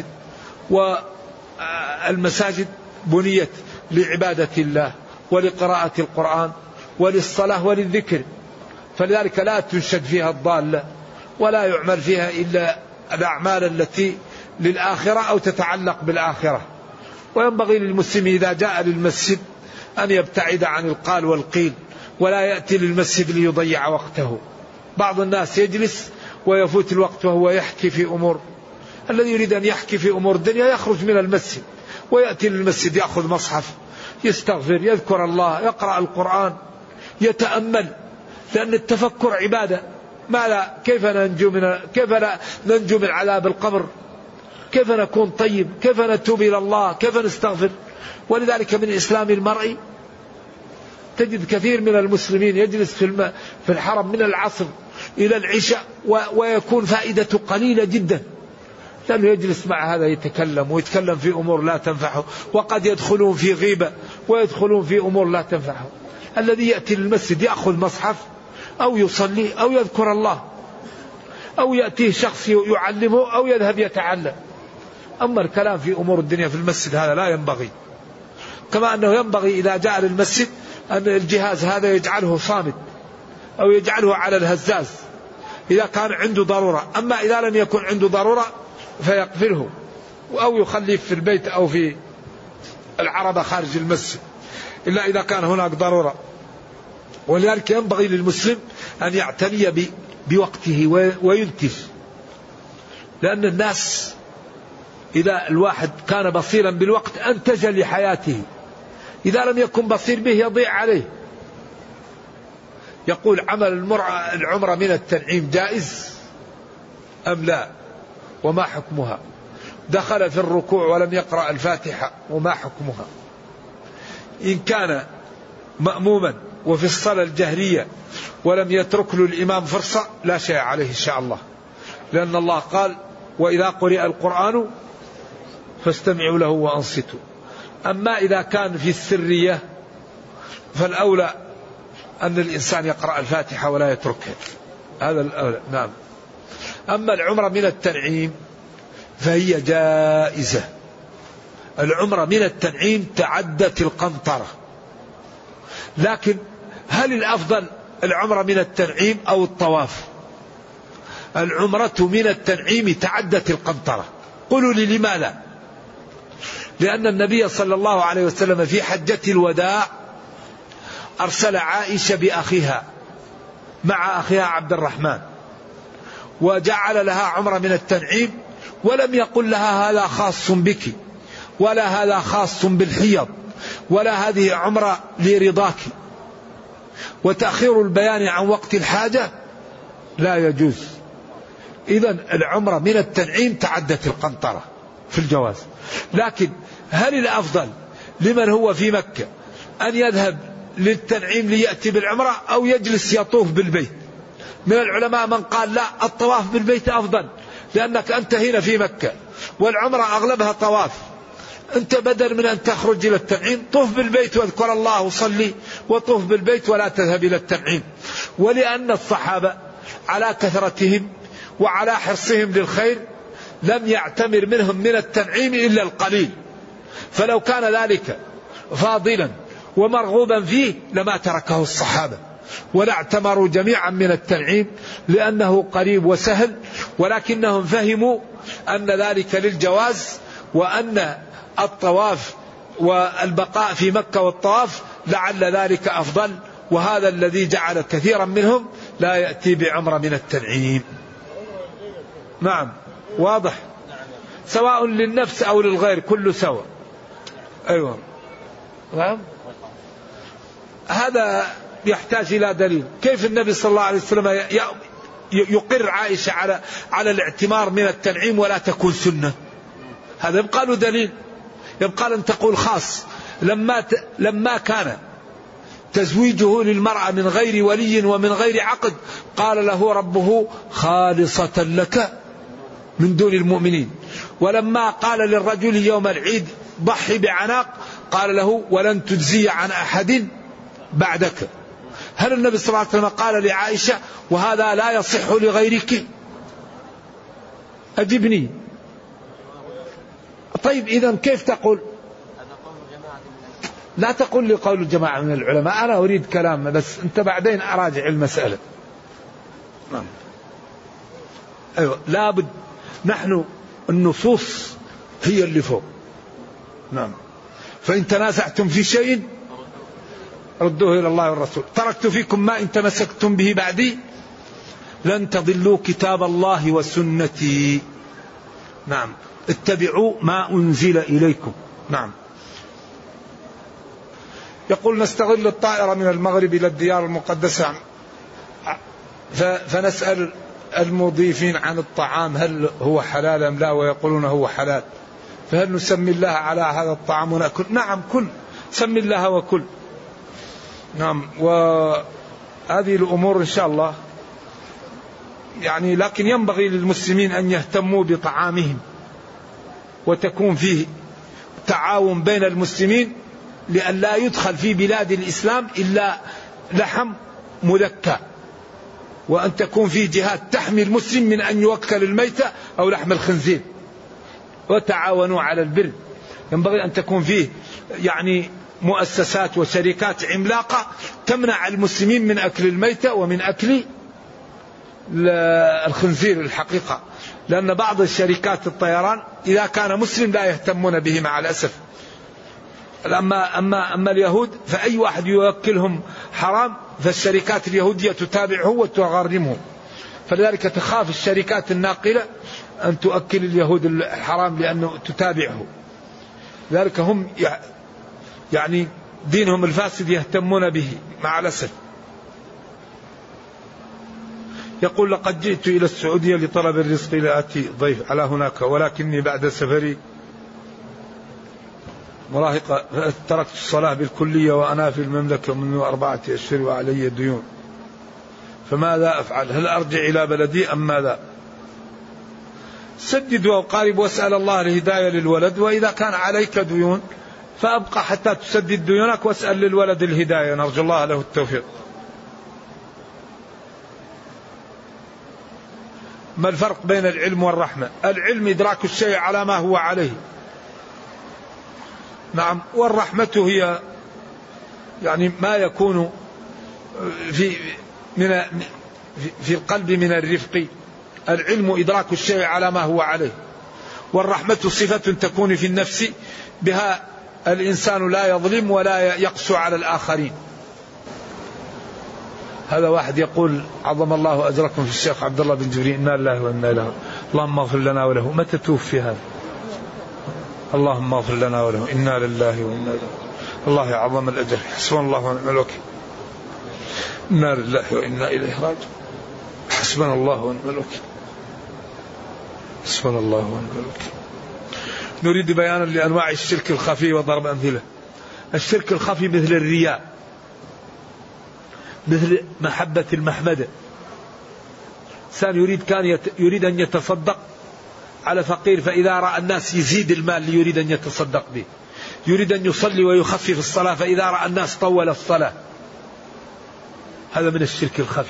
والمساجد بنيت لعبادة الله ولقراءة القرآن وللصلاة وللذكر، فلذلك لا تنشد فيها الضالة ولا يعمل فيها إلا الأعمال التي للآخرة أو تتعلق بالآخرة. وينبغي للمسلم إذا جاء للمسجد أن يبتعد عن القال والقيل ولا يأتي للمسجد ليضيع وقته. بعض الناس يجلس ويفوت الوقت وهو يحكي في أمور، الذي يريد أن يحكي في أمور الدنيا يخرج من المسجد ويأتي للمسجد يأخذ مصحف يستغفر يذكر الله يقرأ القرآن يتأمل، لأن التفكر عبادة. كيف لا ننجو من عذاب القبر؟ كيف نكون طيب؟ كيف نتوب إلى الله؟ كيف نستغفر؟ ولذلك من إسلام المرء تجد كثير من المسلمين يجلس في الحرم من العصر إلى العشاء ويكون فائدته قليلة جدا، لأنه يجلس مع هذا يتكلم ويتكلم في أمور لا تنفعه، وقد يدخلون في غيبة ويدخلون في أمور لا تنفعه. الذي يأتي للمسجد يأخذ مصحف أو يصلي أو يذكر الله أو يأتيه شخص يعلمه أو يذهب يتعلم. أما الكلام في أمور الدنيا في المسجد هذا لا ينبغي. كما أنه ينبغي إذا جاء للمسجد أن الجهاز هذا يجعله صامت أو يجعله على الهزاز إذا كان عنده ضرورة. أما إذا لم يكن عنده ضرورة فيقفله أو يخليه في البيت أو في العربة خارج المسجد، إلا إذا كان هناك ضرورة. ولذلك ينبغي للمسلم أن يعتني بوقته وينتج، لأن الناس إذا الواحد كان بصيرا بالوقت أنتج لحياته، إذا لم يكن بصير به يضيع عليه. يقول عمل العمرة من التنعيم جائز أم لا؟ وما حكمها؟ دخل في الركوع ولم يقرأ الفاتحة وما حكمها؟ إن كان مأموما وفي الصلاة الجهرية ولم يترك له الإمام فرصة لا شيء عليه إن شاء الله، لأن الله قال وإذا قرئ القرآن فاستمعوا له وأنصتوا. أما إذا كان في السرية فالأولى أن الإنسان يقرأ الفاتحة ولا يتركها، هذا الأولى. نعم. أما العمرة من التنعيم فهي جائزة. العمرة من التنعيم تعدت القنطرة، لكن هل الأفضل العمرة من التنعيم أو الطواف؟ العمرة من التنعيم تعدت القنطرة. قولوا لي لماذا؟ لأن النبي صلى الله عليه وسلم في حجة الوداع أرسل عائشة بأخيها مع أخيها عبد الرحمن، وجعل لها عمرة من التنعيم، ولم يقل لها هذا خاص بك ولا هذا خاص بالحيض ولا هذه عمرة لرضاك. وتأخير البيان عن وقت الحاجة لا يجوز. إذن العمرة من التنعيم تعدت القنطرة في الجواز. لكن هل الأفضل لمن هو في مكة أن يذهب للتنعيم ليأتي بالعمرة أو يجلس يطوف بالبيت؟ من العلماء من قال لا، الطواف بالبيت أفضل، لأنك أنت هنا في مكة والعمرة أغلبها طواف. أنت بدل من أن تخرج إلى التنعيم طوف بالبيت واذكر الله وصلي وطوف بالبيت ولا تذهب إلى التنعيم. ولأن الصحابة على كثرتهم وعلى حرصهم للخير لم يعتمر منهم من التنعيم إلا القليل، فلو كان ذلك فاضلا ومرغوبا فيه لما تركه الصحابة ولا اعتمروا جميعا من التنعيم، لأنه قريب وسهل، ولكنهم فهموا أن ذلك للجواز، وأن الطواف والبقاء في مكة والطواف لعل ذلك أفضل. وهذا الذي جعل كثيرا منهم لا يأتي بعمرة من التنعيم. نعم واضح، سواء للنفس أو للغير كله سواء. أيوة نعم. هذا يحتاج إلى دليل. كيف النبي صلى الله عليه وسلم يقر عائشة على الاعتمار من التنعيم ولا تكون سنة؟ هذا يبقى له دليل، يبقى لن تقول خاص. لما كان تزويجه للمرأة من غير ولي ومن غير عقد قال له ربه خالصة لك من دون المؤمنين. ولما قال للرجل يوم العيد ضحي بعناق قال له ولن تجزي عن أحد بعدك. هل النبي صلى الله عليه وسلم قال لعائشة وهذا لا يصح لغيرك؟ أجبني. طيب إذن كيف تقول؟ لا تقول لي قول الجماعة من العلماء، أنا أريد كلام بس أنت بعدين أراجع المسألة. نعم. أيوة لابد، نحن النصوص هي اللي فوق. نعم. فإن تنازعتم في شيء ردوه إلى الله والرسول. تركت فيكم ما إن تمسكتم به بعدي لن تضلوا كتاب الله وسنتي. نعم، اتبعوا ما أنزل إليكم. نعم. يقول نستغل الطائرة من المغرب إلى الديار المقدسة فنسأل المضيفين عن الطعام هل هو حلال أم لا، ويقولون هو حلال، فهل نسمي الله على هذا الطعام ونأكل؟ نعم، كل، سمي الله وكل. نعم. وهذه الأمور إن شاء الله يعني، لكن ينبغي للمسلمين أن يهتموا بطعامهم وتكون فيه تعاون بين المسلمين، لأن لا يدخل في بلاد الإسلام إلا لحم مذكى، وأن تكون فيه جهات تحمي المسلم من أن يوكل الميتة أو لحم الخنزير. وتعاونوا على البر. ينبغي أن تكون فيه يعني مؤسسات وشركات عملاقة تمنع المسلمين من أكل الميتة ومن أكل الخنزير الحقيقة، لأن بعض الشركات الطيران إذا كان مسلم لا يهتمون به مع الأسف. أما اليهود فأي واحد يوكلهم حرام فالشركات اليهودية تتابعه وتغرمه، فلذلك تخاف الشركات الناقلة أن تؤكل اليهود الحرام لأنه تتابعه. لذلك هم يعني دينهم الفاسد يهتمون به مع الأسف. يقول لقد جئت إلى السعودية لطلب الرزق لآتي ضيف على هناك، ولكني بعد سفري مراهقة تركت الصلاة بالكلية وأنا في المملكة منذ 4 أشهر وعلي ديون، فماذا أفعل؟ هل أرجع إلى بلدي أم ماذا؟ سدد وقارب واسأل الله الهداية للولد، وإذا كان عليك ديون فأبقى حتى تسدد ديونك واسأل للولد الهداية، نرجو الله له التوفيق. ما الفرق بين العلم والرحمة؟ العلم إدراك الشيء على ما هو عليه. نعم. والرحمة هي يعني ما يكون في القلب من الرفق. العلم إدراك الشيء على ما هو عليه، والرحمة صفة تكون في النفس بها الإنسان لا يظلم ولا يقسو على الآخرين. هذا واحد يقول عظم الله أجركم في الشيخ عبد الله بن جبرين، إنا لله وإنا إليه، اللهم اغفر لنا وله. متى توفي هذا؟ اللهم اغفر لنا وله، إنا لله وإنا إليه. الله يعظم الأجر، حسبنا الله ونعم الوكيل. إنا لله وإنا إليه راجعون، حسبنا الله ونعم الوكيل، حسبنا الله ونعم الوكيل. نريد بيانا لأنواع الشرك الخفي وضرب أمثلة. الشرك الخفي مثل الرياء، مثل محبة المحمدة. إنسان يريد أن يتصدق على فقير، فإذا رأى الناس يزيد المال ليريد أن يتصدق به. يريد أن يصلي ويخفف الصلاة، فإذا رأى الناس طول الصلاة. هذا من الشرك الخفي،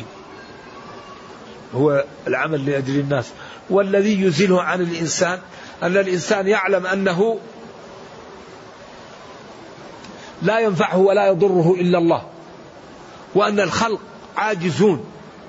هو العمل لأجل الناس. والذي يزيله عن الإنسان أن الإنسان يعلم أنه لا ينفعه ولا يضره إلا الله، وأن الخلق عاجزون.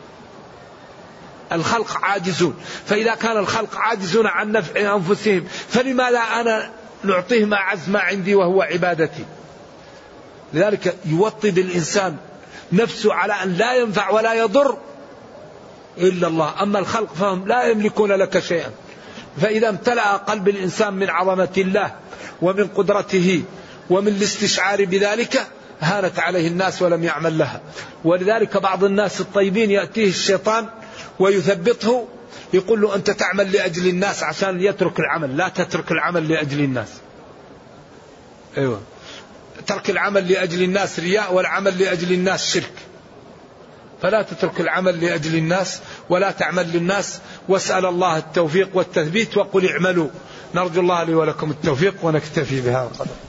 الخلق عاجزون، فإذا كان الخلق عاجزون عن نفع أنفسهم فلماذا أنا نعطيهم أعز ما عندي وهو عبادتي؟ لذلك يوطد الإنسان نفسه على أن لا ينفع ولا يضر إلا الله. أما الخلق فهم لا يملكون لك شيئا. فإذا امتلأ قلب الإنسان من عظمة الله ومن قدرته ومن الاستشعار بذلك هانت عليه الناس ولم يعمل لها. ولذلك بعض الناس الطيبين يأتيه الشيطان ويثبطه، يقول له أنت تعمل لأجل الناس عشان يترك العمل. لا تترك العمل لأجل الناس. أيوة، ترك العمل لأجل الناس رياء، والعمل لأجل الناس شرك. فلا تترك العمل لأجل الناس ولا تعمل للناس، واسأل الله التوفيق والتثبيت، وقل اعملوا. نرجو الله لي ولكم التوفيق، ونكتفي بهذا القدر.